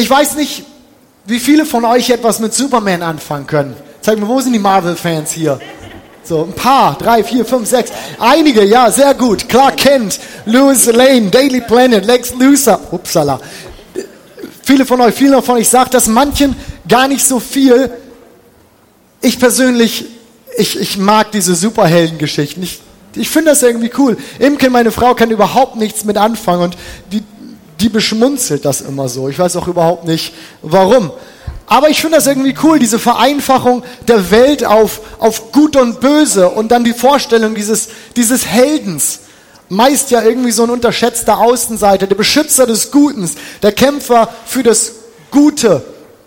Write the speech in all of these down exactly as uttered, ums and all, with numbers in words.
Ich weiß nicht, wie viele von euch etwas mit Superman anfangen können. Zeig mir, wo sind die Marvel-Fans hier? So, ein paar, drei, vier, fünf, sechs. Einige, ja, sehr gut. Clark Kent, Lois Lane, Daily Planet, Lex Luthor. Upsala. Viele von euch, viele von euch sagt das manchen gar nicht so viel. Ich persönlich, ich, ich mag diese Superheldengeschichten. Ich, ich finde das irgendwie cool. Imke, meine Frau, kann überhaupt nichts mit anfangen und die, die beschmunzelt das immer so. Ich weiß auch überhaupt nicht, warum. Aber ich finde das irgendwie cool, diese Vereinfachung der Welt auf, auf Gut und Böse und dann die Vorstellung dieses, dieses Heldens. Meist ja irgendwie so ein unterschätzter Außenseiter, der Beschützer des Guten, der Kämpfer für das Gute.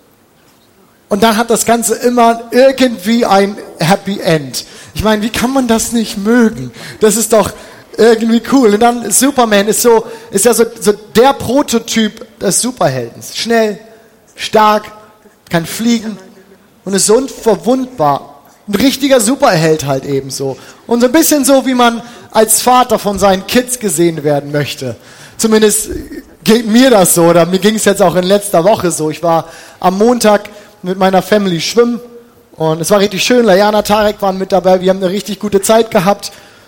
Und dann hat das Ganze immer irgendwie ein Happy End. Ich meine, wie kann man das nicht mögen? Das ist doch irgendwie cool. Und dann Superman ist so, ist ja so, so der Prototyp des Superheldens. Schnell, stark, kann fliegen und ist so unverwundbar. Ein richtiger Superheld halt ebenso. Und so ein bisschen so, wie man als Vater von seinen Kids gesehen werden möchte. Zumindest geht mir das so, oder mir ging es jetzt auch in letzter Woche so. Ich war am Montag mit meiner Family schwimmen und es war richtig schön. Layana, Tarek waren mit dabei, wir haben eine richtig gute Zeit gehabt.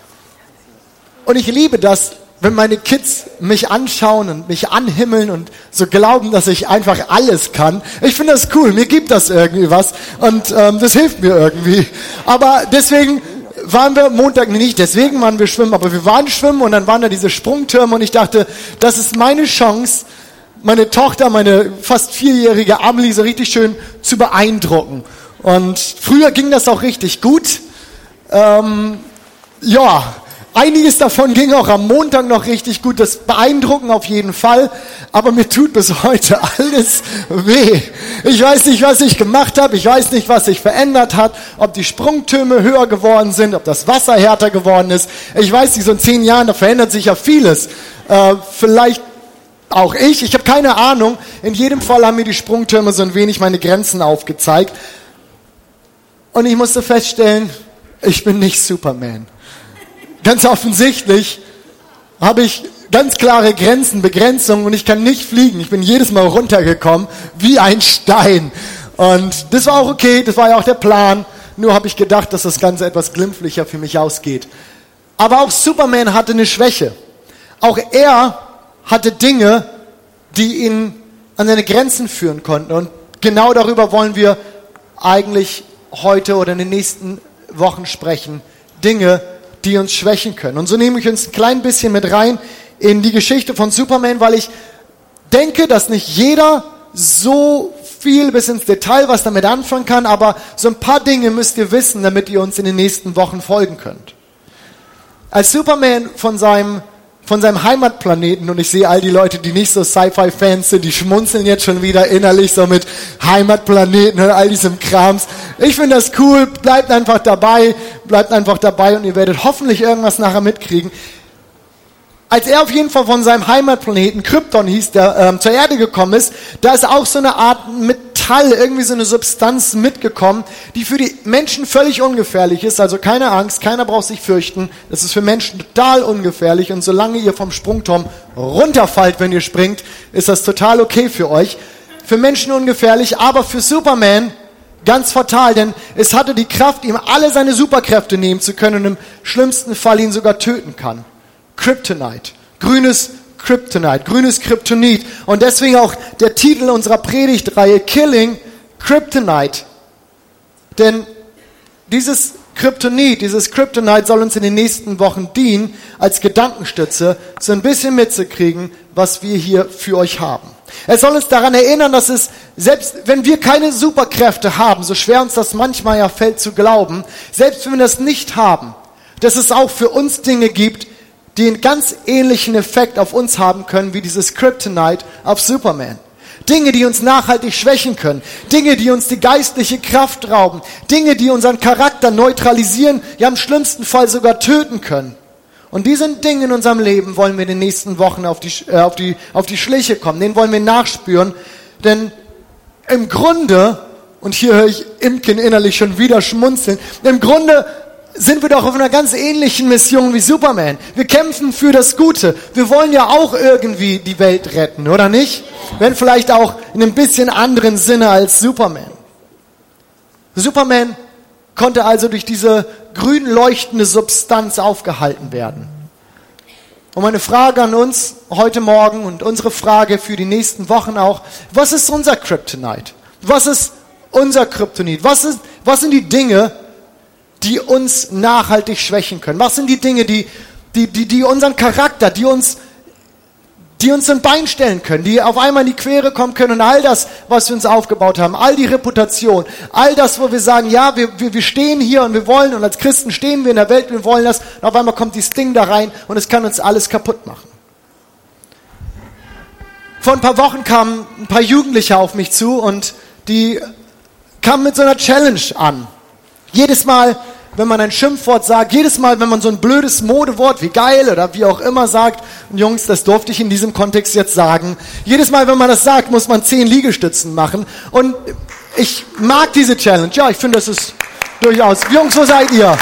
Und ich liebe das, wenn meine Kids mich anschauen und mich anhimmeln und so glauben, dass ich einfach alles kann. Ich finde das cool, mir gibt das irgendwie was und ähm, das hilft mir irgendwie. Aber deswegen waren wir Montag nicht, deswegen waren wir schwimmen, aber wir waren schwimmen und dann waren da diese Sprungtürme und ich dachte, das ist meine Chance, meine Tochter, meine fast vierjährige Amelie so richtig schön zu beeindrucken. Und früher ging das auch richtig gut. Ähm, ja, einiges davon ging auch am Montag noch richtig gut, das Beeindrucken auf jeden Fall, aber mir tut bis heute alles weh. Ich weiß nicht, was ich gemacht habe, ich weiß nicht, was sich verändert hat, ob die Sprungtürme höher geworden sind, ob das Wasser härter geworden ist. Ich weiß nicht, so in zehn Jahren, da verändert sich ja vieles. Äh, vielleicht auch ich, ich habe keine Ahnung. In jedem Fall haben mir die Sprungtürme so ein wenig meine Grenzen aufgezeigt. Und ich musste feststellen, ich bin nicht Superman. Ganz offensichtlich habe ich ganz klare Grenzen, Begrenzungen und ich kann nicht fliegen. Ich bin jedes Mal runtergekommen wie ein Stein. Und das war auch okay, das war ja auch der Plan. Nur habe ich gedacht, dass das Ganze etwas glimpflicher für mich ausgeht. Aber auch Superman hatte eine Schwäche. Auch er hatte Dinge, die ihn an seine Grenzen führen konnten. Und genau darüber wollen wir eigentlich heute oder in den nächsten Wochen sprechen. Dinge, die uns schwächen können. Und so nehme ich uns ein klein bisschen mit rein in die Geschichte von Superman, weil ich denke, dass nicht jeder so viel bis ins Detail was damit anfangen kann, aber so ein paar Dinge müsst ihr wissen, damit ihr uns in den nächsten Wochen folgen könnt. Als Superman von seinem von seinem Heimatplaneten, und ich sehe all die Leute, die nicht so Sci-Fi-Fans sind, die schmunzeln jetzt schon wieder innerlich so mit Heimatplaneten und all diesem Krams. Ich finde das cool, bleibt einfach dabei, bleibt einfach dabei und ihr werdet hoffentlich irgendwas nachher mitkriegen. Als er auf jeden Fall von seinem Heimatplaneten, Krypton hieß der, ähm, zur Erde gekommen ist, da ist auch so eine Art Metall, irgendwie so eine Substanz mitgekommen, die für die Menschen völlig ungefährlich ist. Also keine Angst, keiner braucht sich fürchten. Das ist für Menschen total ungefährlich und solange ihr vom Sprungturm runterfallt, wenn ihr springt, ist das total okay für euch. Für Menschen ungefährlich, aber für Superman ganz fatal, denn es hatte die Kraft, ihm alle seine Superkräfte nehmen zu können und im schlimmsten Fall ihn sogar töten kann. Kryptonite, grünes Kryptonite, grünes Kryptonit. Und deswegen auch der Titel unserer Predigtreihe Killing Kryptonite. Denn dieses Kryptonit, dieses Kryptonite soll uns in den nächsten Wochen dienen, als Gedankenstütze, so ein bisschen mitzukriegen, was wir hier für euch haben. Es soll uns daran erinnern, dass es, selbst wenn wir keine Superkräfte haben, so schwer uns das manchmal ja fällt zu glauben, selbst wenn wir das nicht haben, dass es auch für uns Dinge gibt, die einen ganz ähnlichen Effekt auf uns haben können, wie dieses Kryptonite auf Superman. Dinge, die uns nachhaltig schwächen können. Dinge, die uns die geistliche Kraft rauben. Dinge, die unseren Charakter neutralisieren, ja im schlimmsten Fall sogar töten können. Und diesen Dingen in unserem Leben wollen wir in den nächsten Wochen auf die, äh, auf die, auf die Schliche kommen. Den wollen wir nachspüren. Denn im Grunde, und hier höre ich Imken innerlich schon wieder schmunzeln, im Grunde sind wir doch auf einer ganz ähnlichen Mission wie Superman. Wir kämpfen für das Gute. Wir wollen ja auch irgendwie die Welt retten, oder nicht? Wenn vielleicht auch in einem bisschen anderen Sinne als Superman. Superman konnte also durch diese grün leuchtende Substanz aufgehalten werden. Und meine Frage an uns heute Morgen und unsere Frage für die nächsten Wochen auch, was ist unser Kryptonite? Was ist unser Kryptonit? Was ist, was sind die Dinge, die uns nachhaltig schwächen können? Was sind die Dinge, die, die, die, die unseren Charakter, die uns, die uns ein Bein stellen können, die auf einmal in die Quere kommen können und all das, was wir uns aufgebaut haben, all die Reputation, all das, wo wir sagen, ja, wir, wir, wir stehen hier und wir wollen und als Christen stehen wir in der Welt, wir wollen das und auf einmal kommt dieses Ding da rein und es kann uns alles kaputt machen. Vor ein paar Wochen kamen ein paar Jugendliche auf mich zu und die kamen mit so einer Challenge an. Jedes Mal, wenn man ein Schimpfwort sagt, jedes Mal, wenn man so ein blödes Modewort wie geil oder wie auch immer sagt, und Jungs, das durfte ich in diesem Kontext jetzt sagen, jedes Mal, wenn man das sagt, muss man zehn Liegestützen machen. Und ich mag diese Challenge. Ja, ich finde, das ist durchaus... Jungs, wo seid ihr?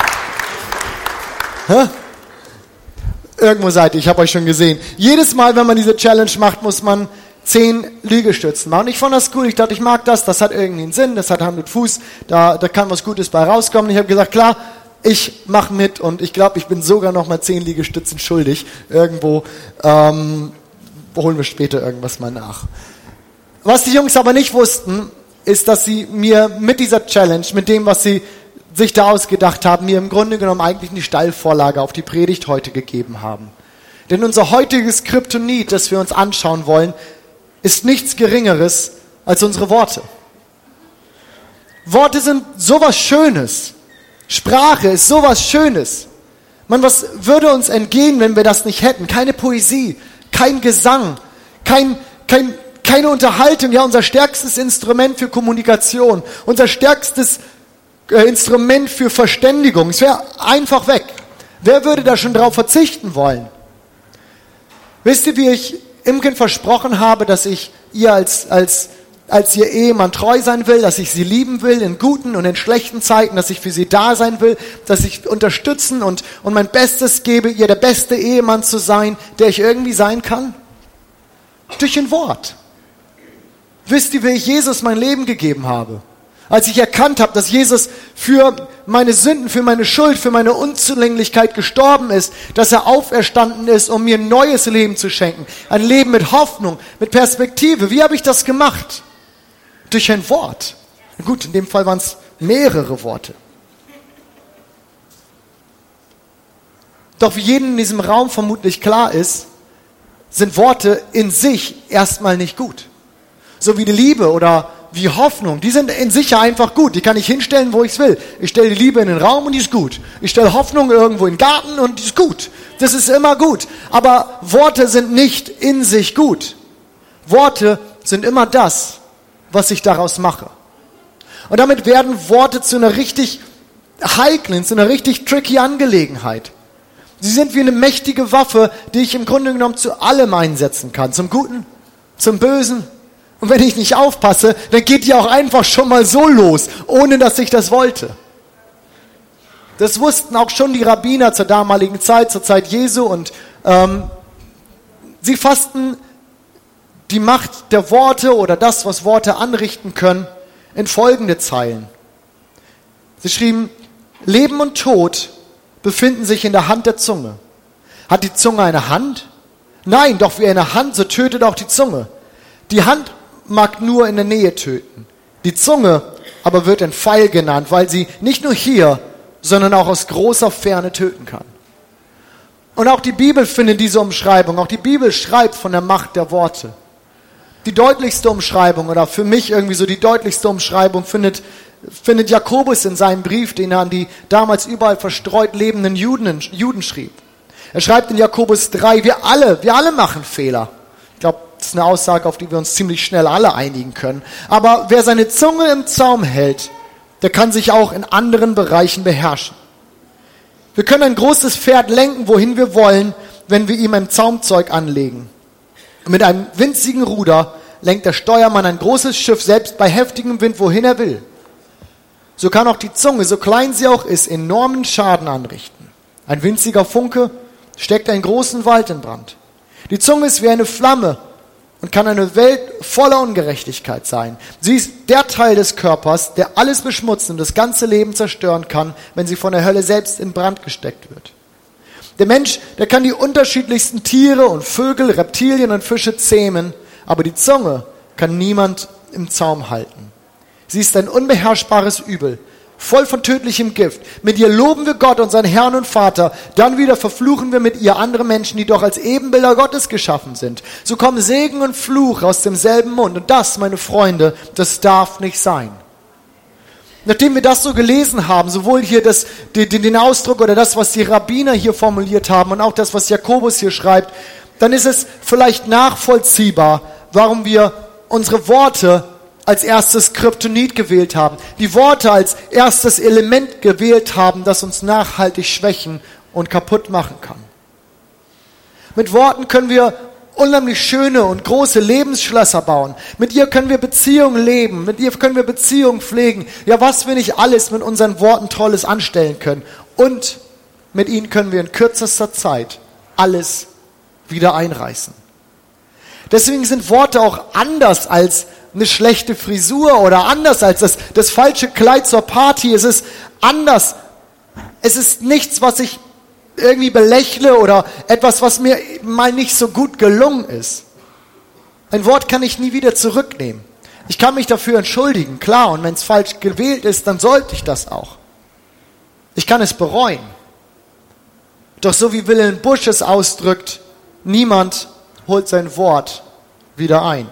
Hä? Irgendwo seid ihr, ich habe euch schon gesehen. Jedes Mal, wenn man diese Challenge macht, muss man zehn Liegestützen machen. Ich fand das cool, ich dachte, ich mag das, das hat irgendwie einen Sinn, das hat Hand und Fuß, da, da kann was Gutes bei rauskommen. Ich habe gesagt, klar, ich mache mit und ich glaube, ich bin sogar noch mal zehn Liegestützen schuldig. Irgendwo ähm, holen wir später irgendwas mal nach. Was die Jungs aber nicht wussten, ist, dass sie mir mit dieser Challenge, mit dem, was sie sich da ausgedacht haben, mir im Grunde genommen eigentlich eine Steilvorlage auf die Predigt heute gegeben haben. Denn unser heutiges Kryptonit, das wir uns anschauen wollen, ist nichts Geringeres als unsere Worte. Worte sind sowas Schönes. Sprache ist sowas Schönes. Man, was würde uns entgehen, wenn wir das nicht hätten? Keine Poesie, kein Gesang, kein, kein, keine Unterhaltung. Ja, unser stärkstes Instrument für Kommunikation, unser stärkstes äh, Instrument für Verständigung. Es wäre einfach weg. Wer würde da schon drauf verzichten wollen? Wisst ihr, wie ich Imken versprochen habe, dass ich ihr als, als, als ihr Ehemann treu sein will, dass ich sie lieben will in guten und in schlechten Zeiten, dass ich für sie da sein will, dass ich unterstützen und, und mein Bestes gebe, ihr der beste Ehemann zu sein, der ich irgendwie sein kann? Durch ein Wort. Wisst ihr, wie ich Jesus mein Leben gegeben habe? Als ich erkannt habe, dass Jesus für meine Sünden, für meine Schuld, für meine Unzulänglichkeit gestorben ist, dass er auferstanden ist, um mir ein neues Leben zu schenken. Ein Leben mit Hoffnung, mit Perspektive. Wie habe ich das gemacht? Durch ein Wort. Gut, in dem Fall waren es mehrere Worte. Doch wie jedem in diesem Raum vermutlich klar ist, sind Worte in sich erstmal nicht gut. So wie die Liebe oder wie Hoffnung, die sind in sich ja einfach gut. Die kann ich hinstellen, wo ich es will. Ich stelle die Liebe in den Raum und die ist gut. Ich stelle Hoffnung irgendwo in den Garten und die ist gut. Das ist immer gut. Aber Worte sind nicht in sich gut. Worte sind immer das, was ich daraus mache. Und damit werden Worte zu einer richtig heiklen, zu einer richtig tricky Angelegenheit. Sie sind wie eine mächtige Waffe, die ich im Grunde genommen zu allem einsetzen kann. Zum Guten, zum Bösen. Und wenn ich nicht aufpasse, dann geht die auch einfach schon mal so los, ohne dass ich das wollte. Das wussten auch schon die Rabbiner zur damaligen Zeit, zur Zeit Jesu. Und ähm, sie fassten die Macht der Worte oder das, was Worte anrichten können, in folgende Zeilen. Sie schrieben, Leben und Tod befinden sich in der Hand der Zunge. Hat die Zunge eine Hand? Nein, doch wie eine Hand, so tötet auch die Zunge. Die Hand mag nur in der Nähe töten. Die Zunge aber wird ein Pfeil genannt, weil sie nicht nur hier, sondern auch aus großer Ferne töten kann. Und auch die Bibel findet diese Umschreibung. Auch die Bibel schreibt von der Macht der Worte. Die deutlichste Umschreibung oder für mich irgendwie so die deutlichste Umschreibung findet, findet Jakobus in seinem Brief, den er an die damals überall verstreut lebenden Juden, Juden schrieb. Er schreibt in Jakobus drei, wir alle, wir alle machen Fehler. Ich glaube, das ist eine Aussage, auf die wir uns ziemlich schnell alle einigen können. Aber wer seine Zunge im Zaum hält, der kann sich auch in anderen Bereichen beherrschen. Wir können ein großes Pferd lenken, wohin wir wollen, wenn wir ihm ein Zaumzeug anlegen. Und mit einem winzigen Ruder lenkt der Steuermann ein großes Schiff selbst bei heftigem Wind, wohin er will. so kann auch die Zunge, so klein sie auch ist, enormen Schaden anrichten. Ein winziger Funke steckt einen großen Wald in Brand. Die Zunge ist wie eine Flamme und kann eine Welt voller Ungerechtigkeit sein. Sie ist der Teil des Körpers, der alles beschmutzen und das ganze Leben zerstören kann, wenn sie von der Hölle selbst in Brand gesteckt wird. Der Mensch, der kann die unterschiedlichsten Tiere und Vögel, Reptilien und Fische zähmen, aber die Zunge kann niemand im Zaum halten. Sie ist ein unbeherrschbares Übel, voll von tödlichem Gift. Mit ihr loben wir Gott, unseren Herrn und Vater. Dann wieder verfluchen wir mit ihr andere Menschen, die doch als Ebenbilder Gottes geschaffen sind. So kommen Segen und Fluch aus demselben Mund. Und das, meine Freunde, das darf nicht sein. Nachdem wir das so gelesen haben, sowohl hier das, den, den Ausdruck oder das, was die Rabbiner hier formuliert haben und auch das, was Jakobus hier schreibt, dann ist es vielleicht nachvollziehbar, warum wir unsere Worte als erstes Kryptonit gewählt haben. Die Worte als erstes Element gewählt haben, das uns nachhaltig schwächen und kaputt machen kann. Mit Worten können wir unheimlich schöne und große Lebensschlösser bauen. Mit ihr können wir Beziehungen leben. Mit ihr können wir Beziehungen pflegen. Ja, was wir nicht alles mit unseren Worten Tolles anstellen können. Und mit ihnen können wir in kürzester Zeit alles wieder einreißen. Deswegen sind Worte auch anders als eine schlechte Frisur oder anders als das, das falsche Kleid zur Party. Es ist anders. Es ist nichts, was ich irgendwie belächle oder etwas, was mir mal nicht so gut gelungen ist. Ein Wort kann ich nie wieder zurücknehmen. Ich kann mich dafür entschuldigen, klar, und wenn es falsch gewählt ist, dann sollte ich das auch. Ich kann es bereuen. Doch so wie Wilhelm Busch es ausdrückt, niemand holt sein Wort wieder ein.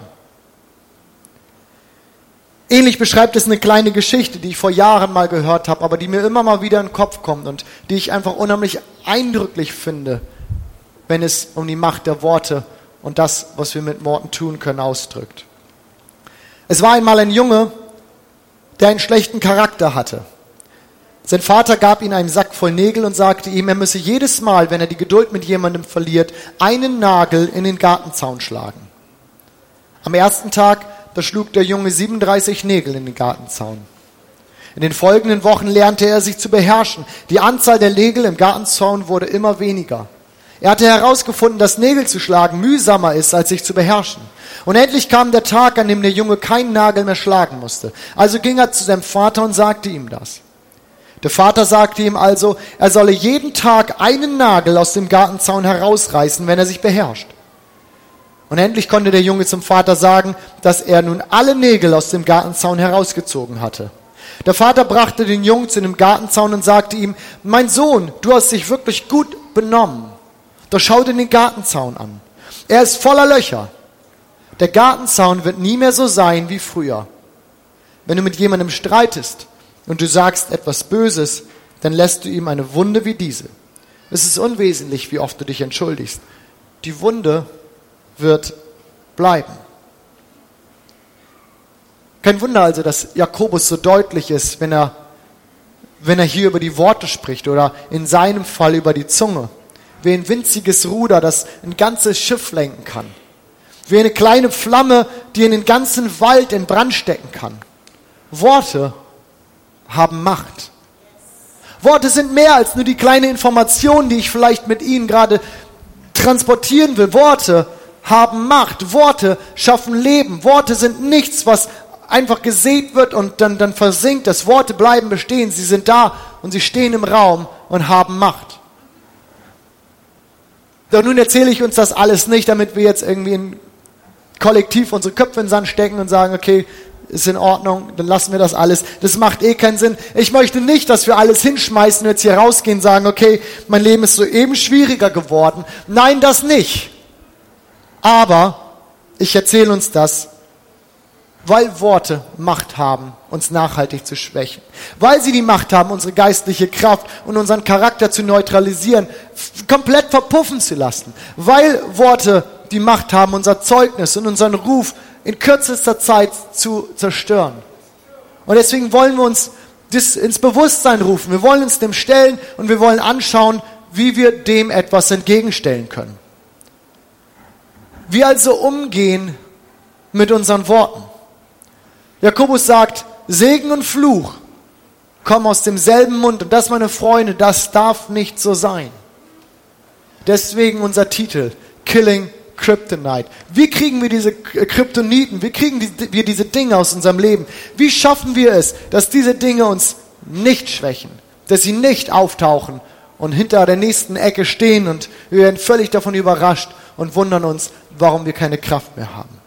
Ähnlich beschreibt es eine kleine Geschichte, die ich vor Jahren mal gehört habe, aber die mir immer mal wieder in den Kopf kommt und die ich einfach unheimlich eindrücklich finde, wenn es um die Macht der Worte und das, was wir mit Worten tun können, ausdrückt. Es war einmal ein Junge, der einen schlechten Charakter hatte. Sein Vater gab ihm einen Sack voll Nägel und sagte ihm, er müsse jedes Mal, wenn er die Geduld mit jemandem verliert, einen Nagel in den Gartenzaun schlagen. Am ersten Tag Da schlug der Junge siebenunddreißig Nägel in den Gartenzaun. In den folgenden Wochen lernte er sich zu beherrschen. Die Anzahl der Nägel im Gartenzaun wurde immer weniger. Er hatte herausgefunden, dass Nägel zu schlagen mühsamer ist, als sich zu beherrschen. Und endlich kam der Tag, an dem der Junge keinen Nagel mehr schlagen musste. Also ging er zu seinem Vater und sagte ihm das. Der Vater sagte ihm also, er solle jeden Tag einen Nagel aus dem Gartenzaun herausreißen, wenn er sich beherrscht. Und endlich konnte der Junge zum Vater sagen, dass er nun alle Nägel aus dem Gartenzaun herausgezogen hatte. Der Vater brachte den Jungen zu dem Gartenzaun und sagte ihm, mein Sohn, du hast dich wirklich gut benommen. Doch schau dir den Gartenzaun an. Er ist voller Löcher. Der Gartenzaun wird nie mehr so sein wie früher. Wenn du mit jemandem streitest und du sagst etwas Böses, dann lässt du ihm eine Wunde wie diese. Es ist unwesentlich, wie oft du dich entschuldigst. Die Wunde wird bleiben. Kein Wunder also, dass Jakobus so deutlich ist, wenn er, wenn er hier über die Worte spricht oder in seinem Fall über die Zunge. Wie ein winziges Ruder, das ein ganzes Schiff lenken kann. Wie eine kleine Flamme, die in den ganzen Wald in Brand stecken kann. Worte haben Macht. Worte sind mehr als nur die kleine Information, die ich vielleicht mit Ihnen gerade transportieren will. Worte haben Macht. Worte schaffen Leben. Worte sind nichts, was einfach gesät wird und dann, dann versinkt. Das Worte bleiben bestehen. Sie sind da und sie stehen im Raum und haben Macht. Doch nun erzähle ich uns das alles nicht, damit wir jetzt irgendwie in kollektiv unsere Köpfe in den Sand stecken und sagen, okay, ist in Ordnung, dann lassen wir das alles. Das macht eh keinen Sinn. Ich möchte nicht, dass wir alles hinschmeißen und jetzt hier rausgehen und sagen, okay, mein Leben ist soeben schwieriger geworden. Nein, das nicht. Aber ich erzähle uns das, weil Worte Macht haben, uns nachhaltig zu schwächen. Weil sie die Macht haben, unsere geistliche Kraft und unseren Charakter zu neutralisieren, f- komplett verpuffen zu lassen. Weil Worte die Macht haben, unser Zeugnis und unseren Ruf in kürzester Zeit zu zerstören. Und deswegen wollen wir uns das ins Bewusstsein rufen. Wir wollen uns dem stellen und wir wollen anschauen, wie wir dem etwas entgegenstellen können. Wir also umgehen mit unseren Worten. Jakobus sagt, Segen und Fluch kommen aus demselben Mund. Und das, meine Freunde, das darf nicht so sein. Deswegen unser Titel, Killing Kryptonite. Wie kriegen wir diese Kryptoniten, wie kriegen wir diese Dinge aus unserem Leben? Wie schaffen wir es, dass diese Dinge uns nicht schwächen, dass sie nicht auftauchen und hinter der nächsten Ecke stehen und wir werden völlig davon überrascht und wundern uns, warum wir keine Kraft mehr haben.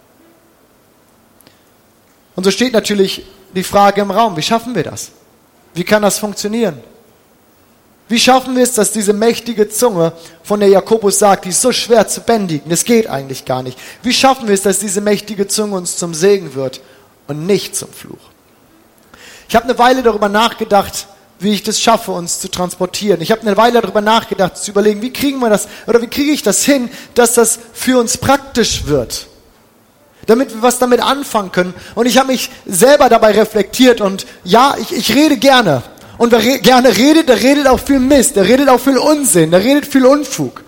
Und so steht natürlich die Frage im Raum, wie schaffen wir das? Wie kann das funktionieren? Wie schaffen wir es, dass diese mächtige Zunge, von der Jakobus sagt, die ist so schwer zu bändigen, das geht eigentlich gar nicht. Wie schaffen wir es, dass diese mächtige Zunge uns zum Segen wird und nicht zum Fluch? Ich habe eine Weile darüber nachgedacht, wie ich das schaffe, uns zu transportieren. Ich habe eine Weile darüber nachgedacht, zu überlegen, wie kriegen wir das, oder wie kriege ich das hin, dass das für uns praktisch wird, damit wir was damit anfangen können. Und ich habe mich selber dabei reflektiert und ja, ich, ich rede gerne. Und wer re- gerne redet, der redet auch viel Mist, der redet auch viel Unsinn, der redet viel Unfug.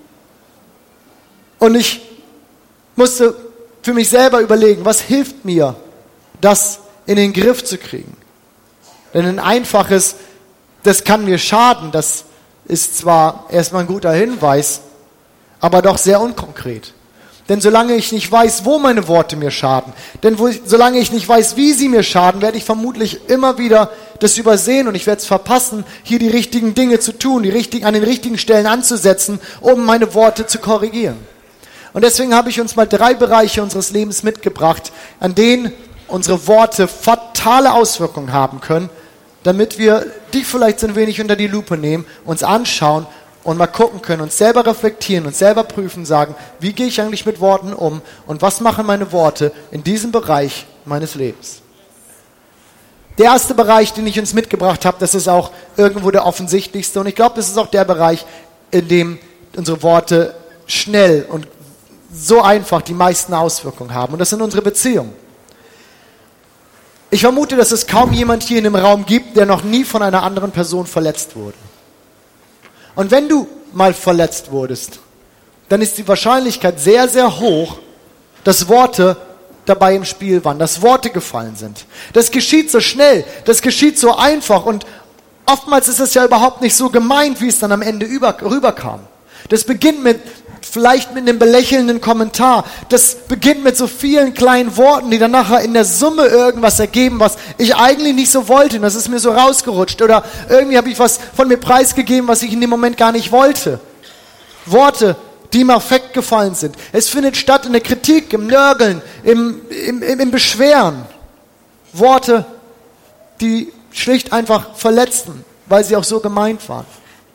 Und ich musste für mich selber überlegen, was hilft mir, das in den Griff zu kriegen. Denn ein einfaches, das kann mir schaden, das ist zwar erstmal ein guter Hinweis, aber doch sehr unkonkret. Denn solange ich nicht weiß, wo meine Worte mir schaden, denn wo ich, solange ich nicht weiß, wie sie mir schaden, werde ich vermutlich immer wieder das übersehen und ich werde es verpassen, hier die richtigen Dinge zu tun, die richtigen, an den richtigen Stellen anzusetzen, um meine Worte zu korrigieren. Und deswegen habe ich uns mal drei Bereiche unseres Lebens mitgebracht, an denen unsere Worte fatale Auswirkungen haben können, damit wir die vielleicht so ein wenig unter die Lupe nehmen, uns anschauen und mal gucken können, uns selber reflektieren, uns selber prüfen, sagen, wie gehe ich eigentlich mit Worten um und was machen meine Worte in diesem Bereich meines Lebens. Der erste Bereich, den ich uns mitgebracht habe, das ist auch irgendwo der offensichtlichste und ich glaube, das ist auch der Bereich, in dem unsere Worte schnell und so einfach die meisten Auswirkungen haben und das sind unsere Beziehungen. Ich vermute, dass es kaum jemand hier in dem Raum gibt, der noch nie von einer anderen Person verletzt wurde. Und wenn du mal verletzt wurdest, dann ist die Wahrscheinlichkeit sehr, sehr hoch, dass Worte dabei im Spiel waren, dass Worte gefallen sind. Das geschieht so schnell, das geschieht so einfach und oftmals ist es ja überhaupt nicht so gemeint, wie es dann am Ende über, rüberkam. Das beginnt mit vielleicht mit einem belächelnden Kommentar. Das beginnt mit so vielen kleinen Worten, die dann nachher in der Summe irgendwas ergeben, was ich eigentlich nicht so wollte. Und das ist mir so rausgerutscht. Oder irgendwie habe ich was von mir preisgegeben, was ich in dem Moment gar nicht wollte. Worte, die im Affekt gefallen sind. Es findet statt in der Kritik, im Nörgeln, im, im, im, im Beschweren. Worte, die schlicht einfach verletzen, weil sie auch so gemeint waren.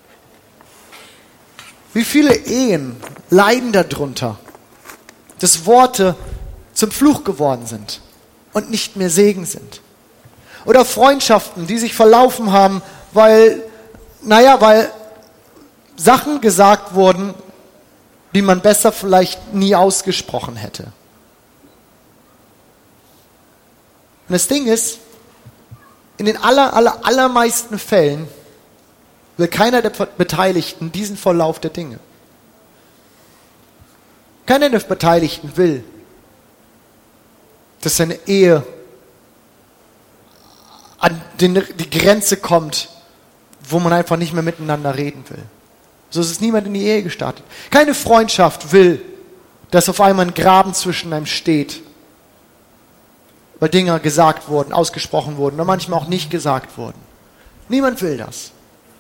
Wie viele Ehen leiden darunter, dass Worte zum Fluch geworden sind und nicht mehr Segen sind? Oder Freundschaften, die sich verlaufen haben, weil, naja, weil Sachen gesagt wurden, die man besser vielleicht nie ausgesprochen hätte. Und das Ding ist, in den aller, aller, allermeisten Fällen will keiner der Beteiligten diesen Verlauf der Dinge. Keiner der Beteiligten will, dass seine Ehe an den, die Grenze kommt, wo man einfach nicht mehr miteinander reden will. So ist es niemand in die Ehe gestartet. Keine Freundschaft will, dass auf einmal ein Graben zwischen einem steht, weil Dinge gesagt wurden, ausgesprochen wurden oder manchmal auch nicht gesagt wurden. Niemand will das.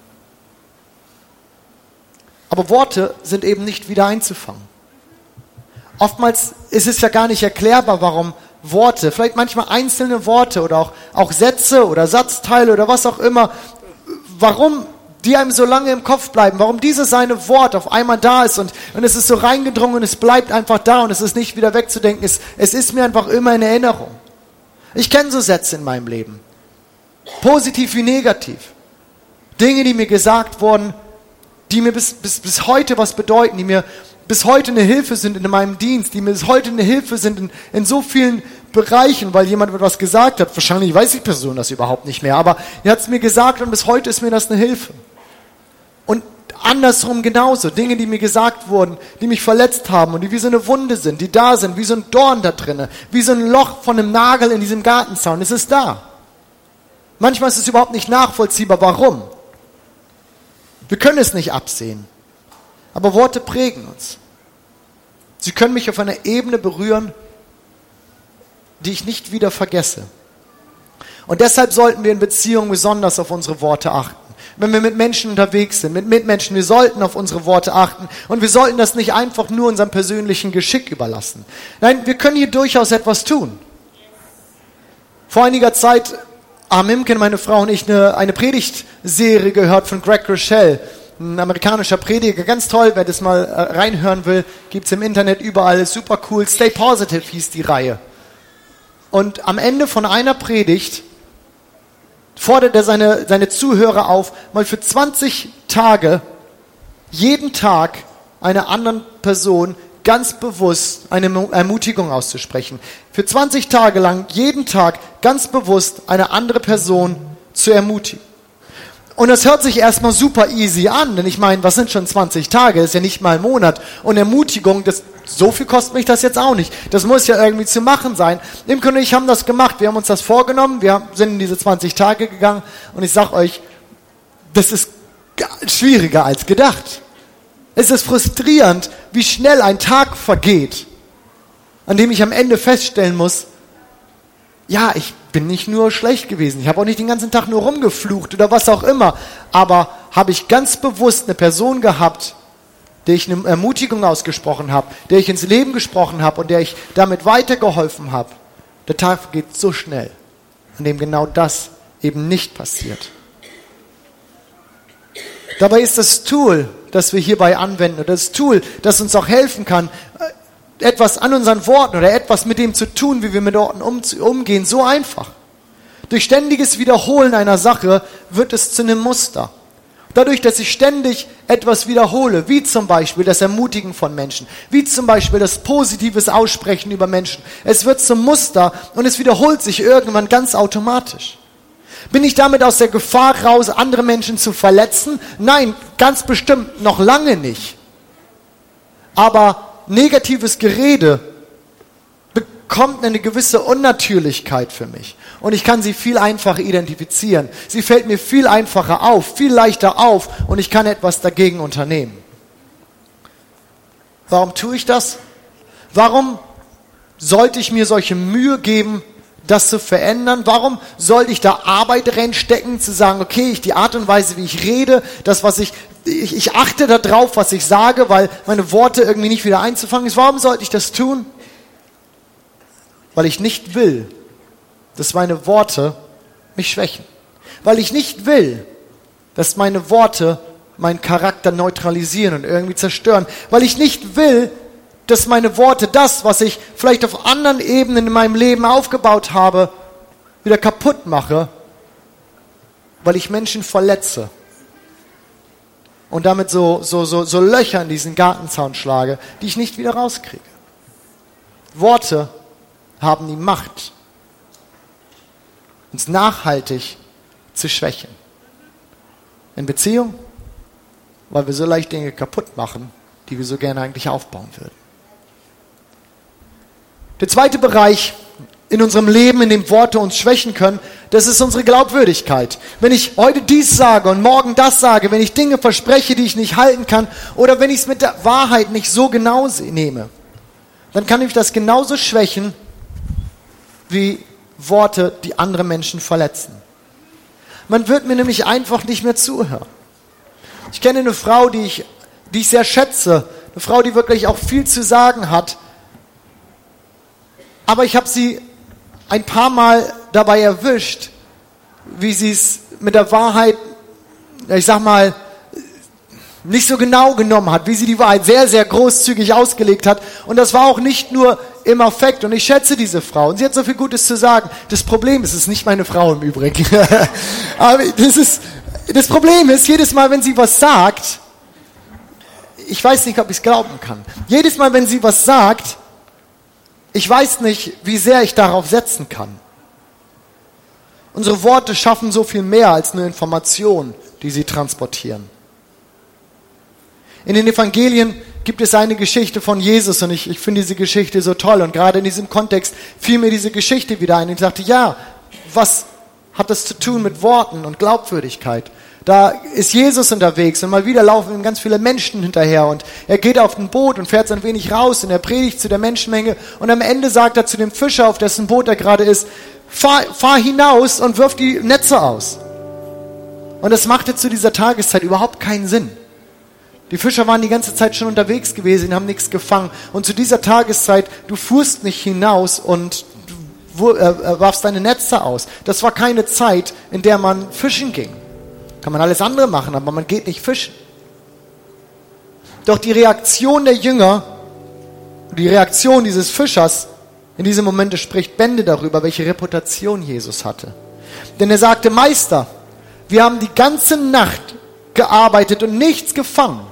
Aber Worte sind eben nicht wieder einzufangen. Oftmals ist es ja gar nicht erklärbar, warum Worte, vielleicht manchmal einzelne Worte oder auch, auch Sätze oder Satzteile oder was auch immer, warum die einem so lange im Kopf bleiben, warum dieses eine Wort auf einmal da ist und, und es ist so reingedrungen und es bleibt einfach da und es ist nicht wieder wegzudenken. Es, es ist mir einfach immer in Erinnerung. Ich kenne so Sätze in meinem Leben. Positiv wie negativ. Dinge, die mir gesagt wurden, die mir bis, bis, bis heute was bedeuten, die mir bis heute eine Hilfe sind in meinem Dienst, die mir bis heute eine Hilfe sind in, in so vielen Bereichen, weil jemand etwas gesagt hat. Wahrscheinlich weiß die Person das überhaupt nicht mehr, aber er hat es mir gesagt und bis heute ist mir das eine Hilfe. Und andersrum genauso, Dinge, die mir gesagt wurden, die mich verletzt haben und die wie so eine Wunde sind, die da sind, wie so ein Dorn da drinne, wie so ein Loch von einem Nagel in diesem Gartenzaun, es ist da. Manchmal ist es überhaupt nicht nachvollziehbar, warum. Wir können es nicht absehen. Aber Worte prägen uns. Sie können mich auf einer Ebene berühren, die ich nicht wieder vergesse. Und deshalb sollten wir in Beziehungen besonders auf unsere Worte achten. Wenn wir mit Menschen unterwegs sind, mit Mitmenschen, wir sollten auf unsere Worte achten. Und wir sollten das nicht einfach nur unserem persönlichen Geschick überlassen. Nein, wir können hier durchaus etwas tun. Vor einiger Zeit haben Imke, meine Frau und ich eine, eine Predigtserie gehört von Greg Rochelle. Ein amerikanischer Prediger, ganz toll, wer das mal äh, reinhören will, gibt es im Internet überall, ist super cool. Stay Positive hieß die Reihe. Und am Ende von einer Predigt fordert er seine, seine Zuhörer auf, mal für zwanzig Tage, jeden Tag einer anderen Person ganz bewusst eine Ermutigung auszusprechen. Für zwanzig Tage lang, jeden Tag ganz bewusst eine andere Person zu ermutigen. Und das hört sich erstmal super easy an, denn ich meine, was sind schon zwanzig Tage? Das ist ja nicht mal ein Monat. Und Ermutigung, das, so viel kostet mich das jetzt auch nicht. Das muss ja irgendwie zu machen sein. Imke und ich haben das gemacht, wir haben uns das vorgenommen, wir sind in diese zwanzig Tage gegangen und ich sag euch, das ist schwieriger als gedacht. Es ist frustrierend, wie schnell ein Tag vergeht, an dem ich am Ende feststellen muss, ja, ich bin nicht nur schlecht gewesen, ich habe auch nicht den ganzen Tag nur rumgeflucht oder was auch immer, aber habe ich ganz bewusst eine Person gehabt, der ich eine Ermutigung ausgesprochen habe, der ich ins Leben gesprochen habe und der ich damit weitergeholfen habe. Der Tag vergeht so schnell, an dem genau das eben nicht passiert. Dabei ist das Tool, das wir hierbei anwenden, oder das Tool, das uns auch helfen kann, etwas an unseren Worten oder etwas mit dem zu tun, wie wir mit Worten um, umgehen, so einfach. Durch ständiges Wiederholen einer Sache wird es zu einem Muster. Dadurch, dass ich ständig etwas wiederhole, wie zum Beispiel das Ermutigen von Menschen, wie zum Beispiel das positives Aussprechen über Menschen, es wird zum Muster und es wiederholt sich irgendwann ganz automatisch. Bin ich damit aus der Gefahr raus, andere Menschen zu verletzen? Nein, ganz bestimmt noch lange nicht. Aber negatives Gerede bekommt eine gewisse Unnatürlichkeit für mich. Und ich kann sie viel einfacher identifizieren. Sie fällt mir viel einfacher auf, viel leichter auf und ich kann etwas dagegen unternehmen. Warum tue ich das? Warum sollte ich mir solche Mühe geben, das zu verändern? Warum sollte ich da Arbeit reinstecken, zu sagen, okay, ich die Art und Weise, wie ich rede, das, was ich, ich, ich achte darauf, was ich sage, weil meine Worte irgendwie nicht wieder einzufangen ist. Warum sollte ich das tun? Weil ich nicht will, dass meine Worte mich schwächen. Weil ich nicht will, dass meine Worte meinen Charakter neutralisieren und irgendwie zerstören. Weil ich nicht will, dass meine Worte das, was ich vielleicht auf anderen Ebenen in meinem Leben aufgebaut habe, wieder kaputt mache, weil ich Menschen verletze und damit so, so, so, so Löcher in diesen Gartenzaun schlage, die ich nicht wieder rauskriege. Worte haben die Macht, uns nachhaltig zu schwächen. In Beziehung, weil wir so leicht Dinge kaputt machen, die wir so gerne eigentlich aufbauen würden. Der zweite Bereich in unserem Leben, in dem Worte uns schwächen können, das ist unsere Glaubwürdigkeit. Wenn ich heute dies sage und morgen das sage, wenn ich Dinge verspreche, die ich nicht halten kann, oder wenn ich es mit der Wahrheit nicht so genau nehme, dann kann ich das genauso schwächen wie Worte, die andere Menschen verletzen. Man wird mir nämlich einfach nicht mehr zuhören. Ich kenne eine Frau, die ich, die ich sehr schätze, eine Frau, die wirklich auch viel zu sagen hat, aber ich habe sie ein paar Mal dabei erwischt, wie sie es mit der Wahrheit, ich sag mal, nicht so genau genommen hat, wie sie die Wahrheit sehr, sehr großzügig ausgelegt hat. Und das war auch nicht nur im Affekt. Und ich schätze diese Frau. Und sie hat so viel Gutes zu sagen. Das Problem ist, es ist nicht meine Frau im Übrigen. Aber das ist, das Problem ist, jedes Mal, wenn sie was sagt, ich weiß nicht, ob ich es glauben kann. Jedes Mal, wenn sie was sagt, ich weiß nicht, wie sehr ich darauf setzen kann. Unsere Worte schaffen so viel mehr als nur Informationen, die sie transportieren. In den Evangelien gibt es eine Geschichte von Jesus und ich, ich finde diese Geschichte so toll und gerade in diesem Kontext fiel mir diese Geschichte wieder ein und ich dachte, ja, was hat das zu tun mit Worten und Glaubwürdigkeit. Da ist Jesus unterwegs und mal wieder laufen ihm ganz viele Menschen hinterher und er geht auf ein Boot und fährt so ein wenig raus und er predigt zu der Menschenmenge und am Ende sagt er zu dem Fischer, auf dessen Boot er gerade ist, fahr, fahr hinaus und wirf die Netze aus. Und das machte zu dieser Tageszeit überhaupt keinen Sinn. Die Fischer waren die ganze Zeit schon unterwegs gewesen, haben nichts gefangen. Und zu dieser Tageszeit, du fuhrst nicht hinaus und du äh, warfst deine Netze aus. Das war keine Zeit, in der man fischen ging. Kann man alles andere machen, aber man geht nicht fischen. Doch die Reaktion der Jünger, die Reaktion dieses Fischers in diesem Moment spricht Bände darüber, welche Reputation Jesus hatte. Denn er sagte, Meister, wir haben die ganze Nacht gearbeitet und nichts gefangen.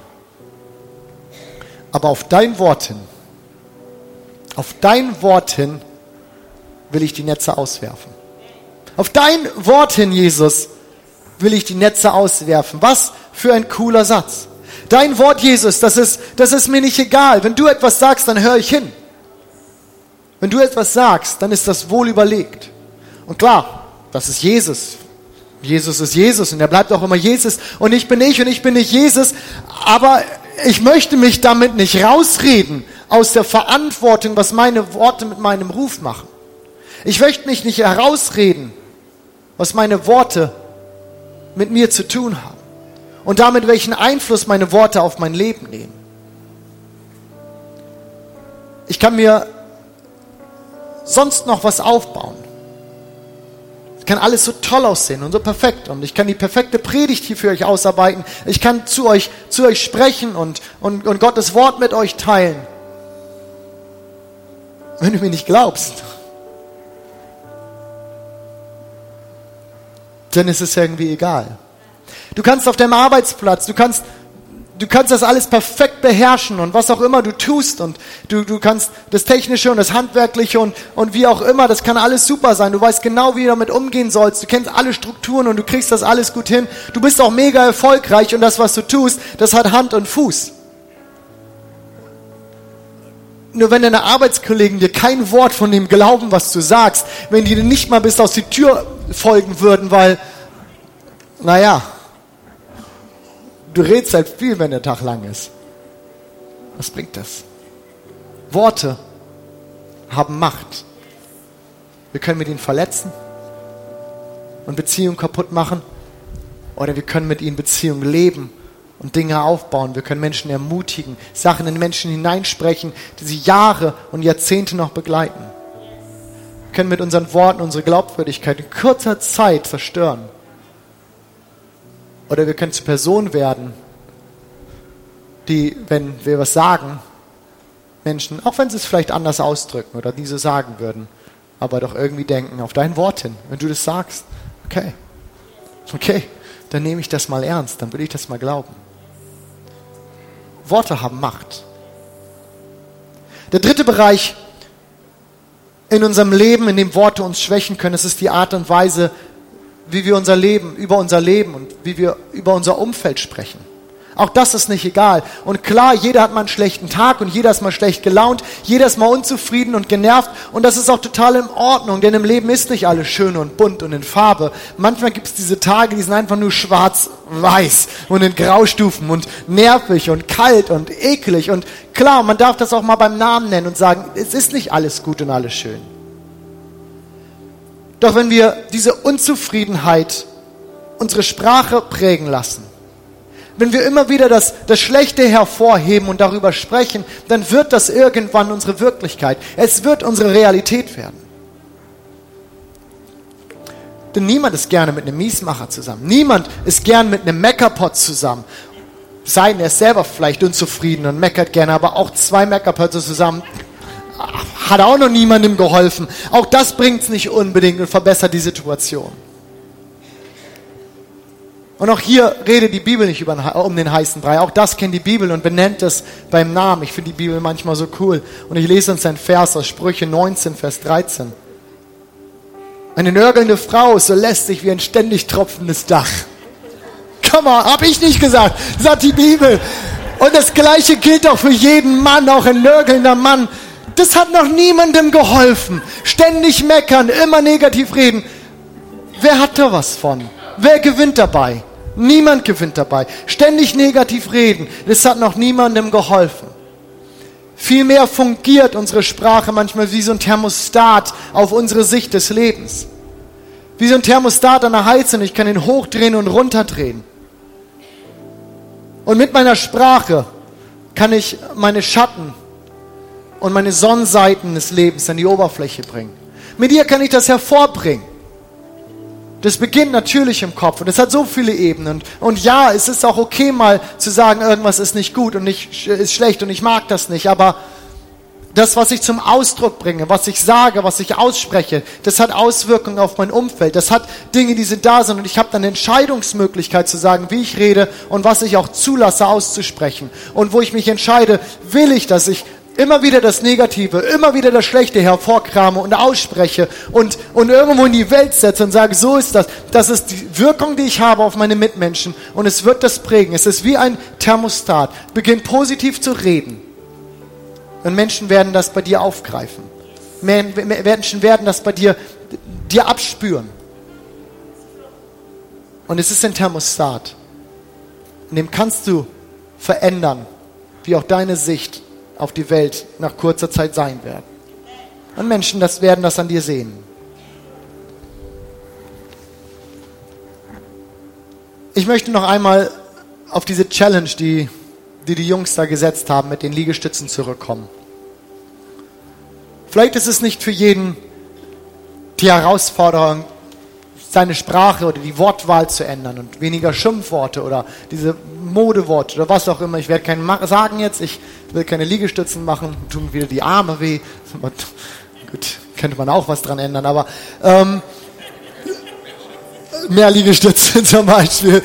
Aber auf dein Wort hin, auf dein Wort hin will ich die Netze auswerfen. Auf dein Wort hin, Jesus, will ich die Netze auswerfen. Was für ein cooler Satz. Dein Wort, Jesus, das ist, das ist mir nicht egal. Wenn du etwas sagst, dann höre ich hin. Wenn du etwas sagst, dann ist das wohl überlegt. Und klar, das ist Jesus. Jesus ist Jesus und er bleibt auch immer Jesus. Und ich bin ich und ich bin nicht Jesus. Aber ich möchte mich damit nicht rausreden aus der Verantwortung, was meine Worte mit meinem Ruf machen. Ich möchte mich nicht herausreden, was meine Worte mit mir zu tun haben und damit welchen Einfluss meine Worte auf mein Leben nehmen. Ich kann mir sonst noch was aufbauen. Es kann alles so toll aussehen und so perfekt und ich kann die perfekte Predigt hier für euch ausarbeiten. Ich kann zu euch, zu euch sprechen und, und, und Gottes Wort mit euch teilen. Wenn du mir nicht glaubst, dann ist es irgendwie egal. Du kannst auf deinem Arbeitsplatz, du kannst, du kannst das alles perfekt beherrschen und was auch immer du tust und du, du kannst das Technische und das Handwerkliche und, und wie auch immer, das kann alles super sein. Du weißt genau, wie du damit umgehen sollst. Du kennst alle Strukturen und du kriegst das alles gut hin. Du bist auch mega erfolgreich und das, was du tust, das hat Hand und Fuß. Nur wenn deine Arbeitskollegen dir kein Wort von dem glauben, was du sagst, wenn die dir nicht mal bis aus die Tür folgen würden, weil, naja, du redest halt viel, wenn der Tag lang ist. Was bringt das? Worte haben Macht. Wir können mit ihnen verletzen und Beziehungen kaputt machen oder wir können mit ihnen Beziehungen leben und Dinge aufbauen. Wir können Menschen ermutigen, Sachen in Menschen hineinsprechen, die sie Jahre und Jahrzehnte noch begleiten. Wir können mit unseren Worten unsere Glaubwürdigkeit in kurzer Zeit zerstören. Oder wir können zu Personen werden, die, wenn wir was sagen, Menschen, auch wenn sie es vielleicht anders ausdrücken oder diese sagen würden, aber doch irgendwie denken, auf dein Wort hin, wenn du das sagst, okay, okay, dann nehme ich das mal ernst, dann will ich das mal glauben. Worte haben Macht. Der dritte Bereich in unserem Leben, in dem Worte uns schwächen können, es ist die Art und Weise, wie wir unser Leben, über unser Leben und wie wir über unser Umfeld sprechen. Auch das ist nicht egal. Und klar, jeder hat mal einen schlechten Tag und jeder ist mal schlecht gelaunt, jeder ist mal unzufrieden und genervt und das ist auch total in Ordnung, denn im Leben ist nicht alles schön und bunt und in Farbe. Manchmal gibt es diese Tage, die sind einfach nur schwarz-weiß und in Graustufen und nervig und kalt und eklig und klar, man darf das auch mal beim Namen nennen und sagen, es ist nicht alles gut und alles schön. Doch wenn wir diese Unzufriedenheit unsere Sprache prägen lassen, wenn wir immer wieder das, das Schlechte hervorheben und darüber sprechen, dann wird das irgendwann unsere Wirklichkeit. Es wird unsere Realität werden. Denn niemand ist gerne mit einem Miesmacher zusammen. Niemand ist gern mit einem Meckerpot zusammen. Sei denn, er ist selber vielleicht unzufrieden und meckert gerne, aber auch zwei Meckerpötte zusammen hat auch noch niemandem geholfen. Auch das bringt es nicht unbedingt und verbessert die Situation. Und auch hier redet die Bibel nicht über, um den heißen Brei. Auch das kennt die Bibel und benennt es beim Namen. Ich finde die Bibel manchmal so cool. Und ich lese uns einen Vers aus Sprüche neunzehn, Vers dreizehn. Eine nörgelnde Frau ist so lästig wie ein ständig tropfendes Dach. Come on, hab ich nicht gesagt, sagt die Bibel. Und das Gleiche gilt auch für jeden Mann, auch ein nörgelnder Mann. Das hat noch niemandem geholfen. Ständig meckern, immer negativ reden. Wer hat da was von? Wer gewinnt dabei? Niemand gewinnt dabei. Ständig negativ reden, das hat noch niemandem geholfen. Vielmehr fungiert unsere Sprache manchmal wie so ein Thermostat auf unsere Sicht des Lebens. Wie so ein Thermostat an der Heizung, ich kann ihn hochdrehen und runterdrehen. Und mit meiner Sprache kann ich meine Schatten und meine Sonnenseiten des Lebens an die Oberfläche bringen. Mit ihr kann ich das hervorbringen. Das beginnt natürlich im Kopf und es hat so viele Ebenen. Und ja, es ist auch okay, mal zu sagen, irgendwas ist nicht gut und nicht, ist schlecht und ich mag das nicht. Aber das, was ich zum Ausdruck bringe, was ich sage, was ich ausspreche, das hat Auswirkungen auf mein Umfeld. Das hat Dinge, die sind da sind und ich habe dann eine Entscheidungsmöglichkeit zu sagen, wie ich rede und was ich auch zulasse auszusprechen. Und wo ich mich entscheide, will ich, dass ich immer wieder das Negative, immer wieder das Schlechte hervorkrame und ausspreche und, und irgendwo in die Welt setze und sage, so ist das. Das ist die Wirkung, die ich habe auf meine Mitmenschen und es wird das prägen. Es ist wie ein Thermostat. Beginn positiv zu reden und Menschen werden das bei dir aufgreifen. Menschen werden das bei dir, dir abspüren. Und es ist ein Thermostat. In dem kannst du verändern, wie auch deine Sicht auf die Welt nach kurzer Zeit sein werden. Und Menschen das werden das an dir sehen. Ich möchte noch einmal auf diese Challenge, die die, die Jungs da gesetzt haben, mit den Liegestützen zurückkommen. Vielleicht ist es nicht für jeden die Herausforderung, seine Sprache oder die Wortwahl zu ändern und weniger Schimpfworte oder diese Modeworte oder was auch immer. Ich werde keinen sagen jetzt, ich will keine Liegestützen machen, tun wieder die Arme weh. Gut, könnte man auch was dran ändern, aber ähm, mehr Liegestützen zum Beispiel.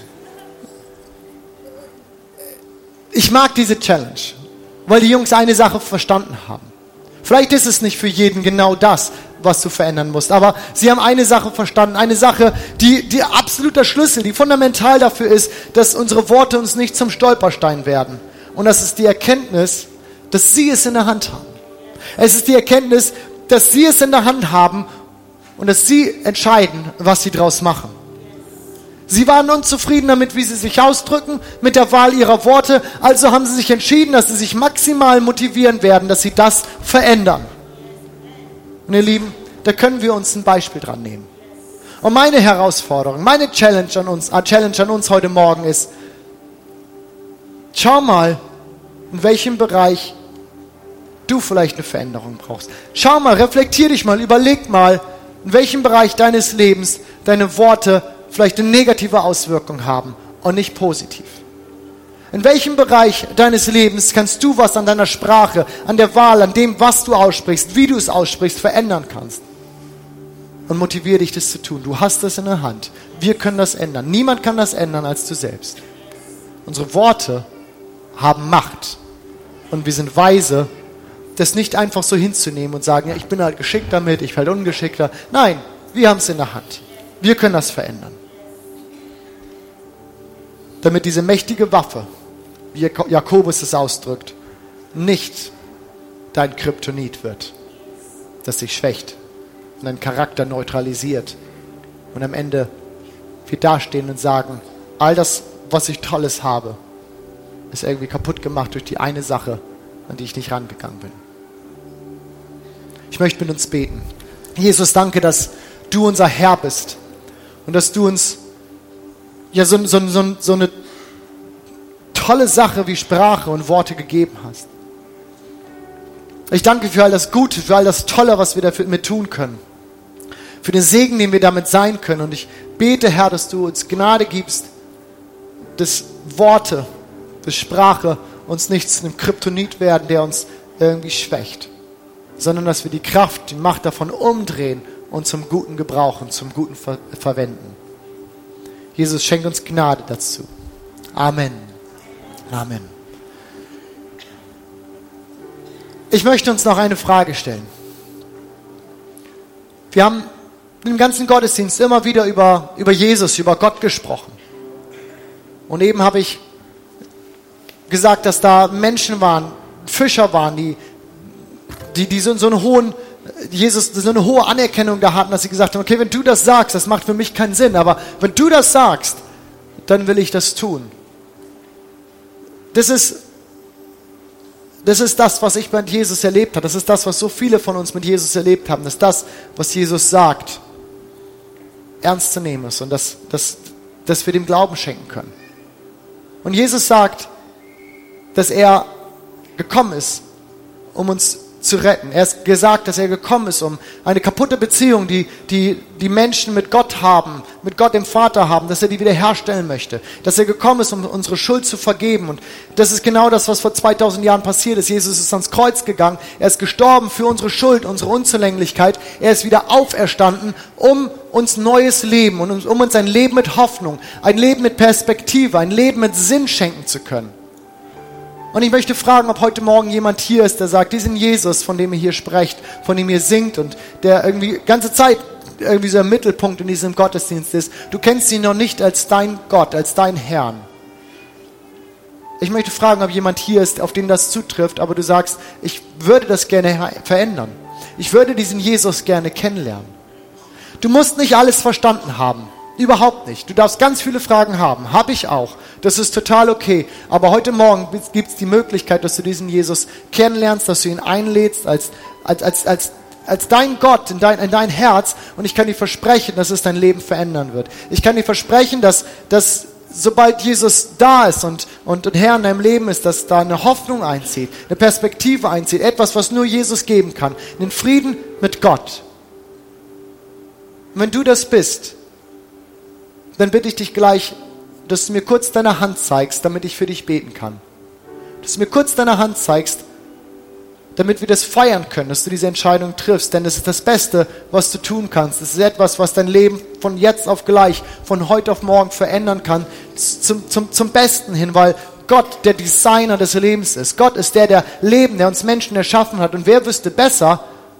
Ich mag diese Challenge, weil die Jungs eine Sache verstanden haben. Vielleicht ist es nicht für jeden genau das, was du verändern musst. Aber sie haben eine Sache verstanden, eine Sache, die, die absoluter Schlüssel, die fundamental dafür ist, dass unsere Worte uns nicht zum Stolperstein werden. Und das ist die Erkenntnis, dass sie es in der Hand haben. Es ist die Erkenntnis, dass sie es in der Hand haben und dass sie entscheiden, was sie daraus machen. Sie waren unzufrieden damit, wie sie sich ausdrücken, mit der Wahl ihrer Worte. Also haben sie sich entschieden, dass sie sich maximal motivieren werden, dass sie das verändern. Und ihr Lieben, da können wir uns ein Beispiel dran nehmen. Und meine Herausforderung, meine Challenge an uns, äh, Challenge an uns heute Morgen ist, schau mal, in welchem Bereich du vielleicht eine Veränderung brauchst. Schau mal, reflektier dich mal, überleg mal, in welchem Bereich deines Lebens deine Worte vielleicht eine negative Auswirkung haben und nicht positiv. In welchem Bereich deines Lebens kannst du was an deiner Sprache, an der Wahl, an dem, was du aussprichst, wie du es aussprichst, verändern kannst? Und motiviere dich, das zu tun. Du hast das in der Hand. Wir können das ändern. Niemand kann das ändern als du selbst. Unsere Worte haben Macht. Und wir sind weise, das nicht einfach so hinzunehmen und sagen, ja, ich bin halt geschickt damit, ich werde ungeschickter. Nein, wir haben es in der Hand. Wir können das verändern. Damit diese mächtige Waffe, wie Jakobus es ausdrückt, nicht dein Kryptonit wird, das dich schwächt und deinen Charakter neutralisiert. Und am Ende wir dastehen und sagen, all das, was ich Tolles habe, ist irgendwie kaputt gemacht durch die eine Sache, an die ich nicht rangegangen bin. Ich möchte mit uns beten. Jesus, danke, dass du unser Herr bist und dass du uns ja so, so, so, so eine tolle Sache wie Sprache und Worte gegeben hast. Ich danke für all das Gute, für all das Tolle, was wir damit tun können. Für den Segen, den wir damit sein können. Und ich bete, Herr, dass du uns Gnade gibst, dass Worte, dass Sprache uns nicht zu einem Kryptonit werden, der uns irgendwie schwächt, sondern dass wir die Kraft, die Macht davon umdrehen und zum Guten gebrauchen, zum Guten ver- verwenden. Jesus, schenkt uns Gnade dazu. Amen. Amen. Ich möchte uns noch eine Frage stellen. Wir haben im ganzen Gottesdienst immer wieder über, über Jesus, über Gott gesprochen. Und eben habe ich gesagt, dass da Menschen waren, Fischer waren, die, die, die so, so einen hohen Jesus so eine hohe Anerkennung da hatten, dass sie gesagt haben, okay, wenn du das sagst, das macht für mich keinen Sinn, aber wenn du das sagst, dann will ich das tun. Das ist, das ist das, was ich mit Jesus erlebt habe. Das ist das, was so viele von uns mit Jesus erlebt haben. Das ist das, was Jesus sagt, ernst zu nehmen ist und dass, dass, dass wir dem Glauben schenken können. Und Jesus sagt, dass er gekommen ist, um uns zu retten. Er hat gesagt, dass er gekommen ist, um eine kaputte Beziehung, die, die die Menschen mit Gott haben, mit Gott dem Vater haben, dass er die wiederherstellen möchte. Dass er gekommen ist, um unsere Schuld zu vergeben. Und das ist genau das, was vor zweitausend Jahren passiert ist. Jesus ist ans Kreuz gegangen. Er ist gestorben für unsere Schuld, unsere Unzulänglichkeit. Er ist wieder auferstanden, um uns neues Leben und um uns ein Leben mit Hoffnung, ein Leben mit Perspektive, ein Leben mit Sinn schenken zu können. Und ich möchte fragen, ob heute Morgen jemand hier ist, der sagt, diesen Jesus, von dem ihr hier sprecht, von dem ihr singt und der irgendwie ganze Zeit irgendwie so im Mittelpunkt in diesem Gottesdienst ist, du kennst ihn noch nicht als dein Gott, als dein Herrn. Ich möchte fragen, ob jemand hier ist, auf den das zutrifft, aber du sagst, ich würde das gerne verändern. Ich würde diesen Jesus gerne kennenlernen. Du musst nicht alles verstanden haben. Überhaupt nicht. Du darfst ganz viele Fragen haben. Habe ich auch. Das ist total okay. Aber heute Morgen gibt es die Möglichkeit, dass du diesen Jesus kennenlernst, dass du ihn einlädst als, als, als, als, als dein Gott in dein, in dein Herz. Und ich kann dir versprechen, dass es dein Leben verändern wird. Ich kann dir versprechen, dass, dass sobald Jesus da ist und, und, und Herr in deinem Leben ist, dass da eine Hoffnung einzieht, eine Perspektive einzieht. Etwas, was nur Jesus geben kann. Den Frieden mit Gott. Und wenn du das bist, dann bitte ich dich gleich, dass du mir kurz deine Hand zeigst, damit ich für dich beten kann. Dass du mir kurz deine Hand zeigst, damit wir das feiern können, dass du diese Entscheidung triffst. Denn das ist das Beste, was du tun kannst. Es ist etwas, was dein Leben von jetzt auf gleich, von heute auf morgen verändern kann, zum, zum, zum Besten hin, weil Gott der Designer des Lebens ist. Gott ist der, der Leben, der uns Menschen erschaffen hat. Und wer wüsste besser,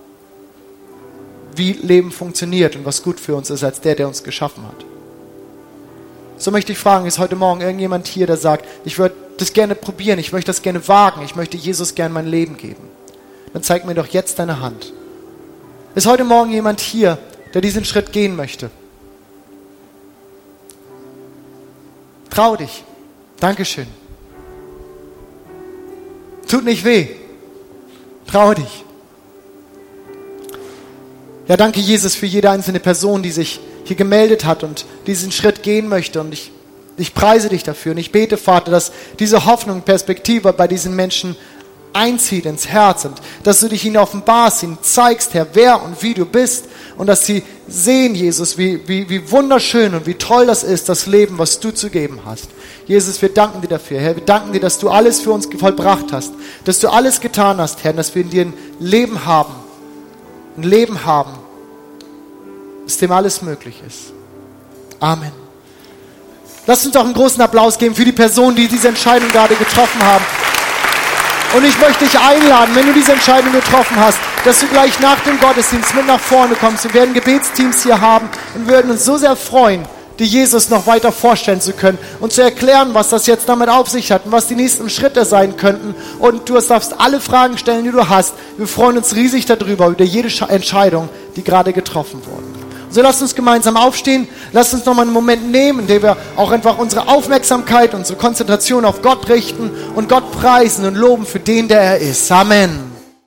wie Leben funktioniert und was gut für uns ist, als der, der uns geschaffen hat. So möchte ich fragen, ist heute Morgen irgendjemand hier, der sagt, ich würde das gerne probieren, ich möchte das gerne wagen, ich möchte Jesus gerne mein Leben geben. Dann zeig mir doch jetzt deine Hand. Ist heute Morgen jemand hier, der diesen Schritt gehen möchte? Trau dich. Dankeschön. Tut nicht weh. Trau dich. Ja, danke Jesus für jede einzelne Person, die sich hier gemeldet hat und diesen Schritt gehen möchte. Und ich, ich preise dich dafür. Und ich bete, Vater, dass diese Hoffnung, Perspektive bei diesen Menschen einzieht ins Herz und dass du dich ihnen offenbarst, ihnen zeigst, Herr, wer und wie du bist und dass sie sehen, Jesus, wie, wie, wie wunderschön und wie toll das ist, das Leben, was du zu geben hast. Jesus, wir danken dir dafür, Herr. Wir danken dir, dass du alles für uns vollbracht hast, dass du alles getan hast, Herr, und dass wir in dir ein Leben haben, ein Leben haben, aus dem alles möglich ist. Amen. Lasst uns doch einen großen Applaus geben für die Personen, die diese Entscheidung gerade getroffen haben. Und ich möchte dich einladen, wenn du diese Entscheidung getroffen hast, dass du gleich nach dem Gottesdienst mit nach vorne kommst. Wir werden Gebetsteams hier haben und würden uns so sehr freuen, dir Jesus noch weiter vorstellen zu können und zu erklären, was das jetzt damit auf sich hat und was die nächsten Schritte sein könnten. Und du darfst alle Fragen stellen, die du hast. Wir freuen uns riesig darüber, über jede Entscheidung, die gerade getroffen wurde. So, lasst uns gemeinsam aufstehen, lasst uns nochmal einen Moment nehmen, in dem wir auch einfach unsere Aufmerksamkeit, unsere Konzentration auf Gott richten und Gott preisen und loben für den, der er ist. Amen.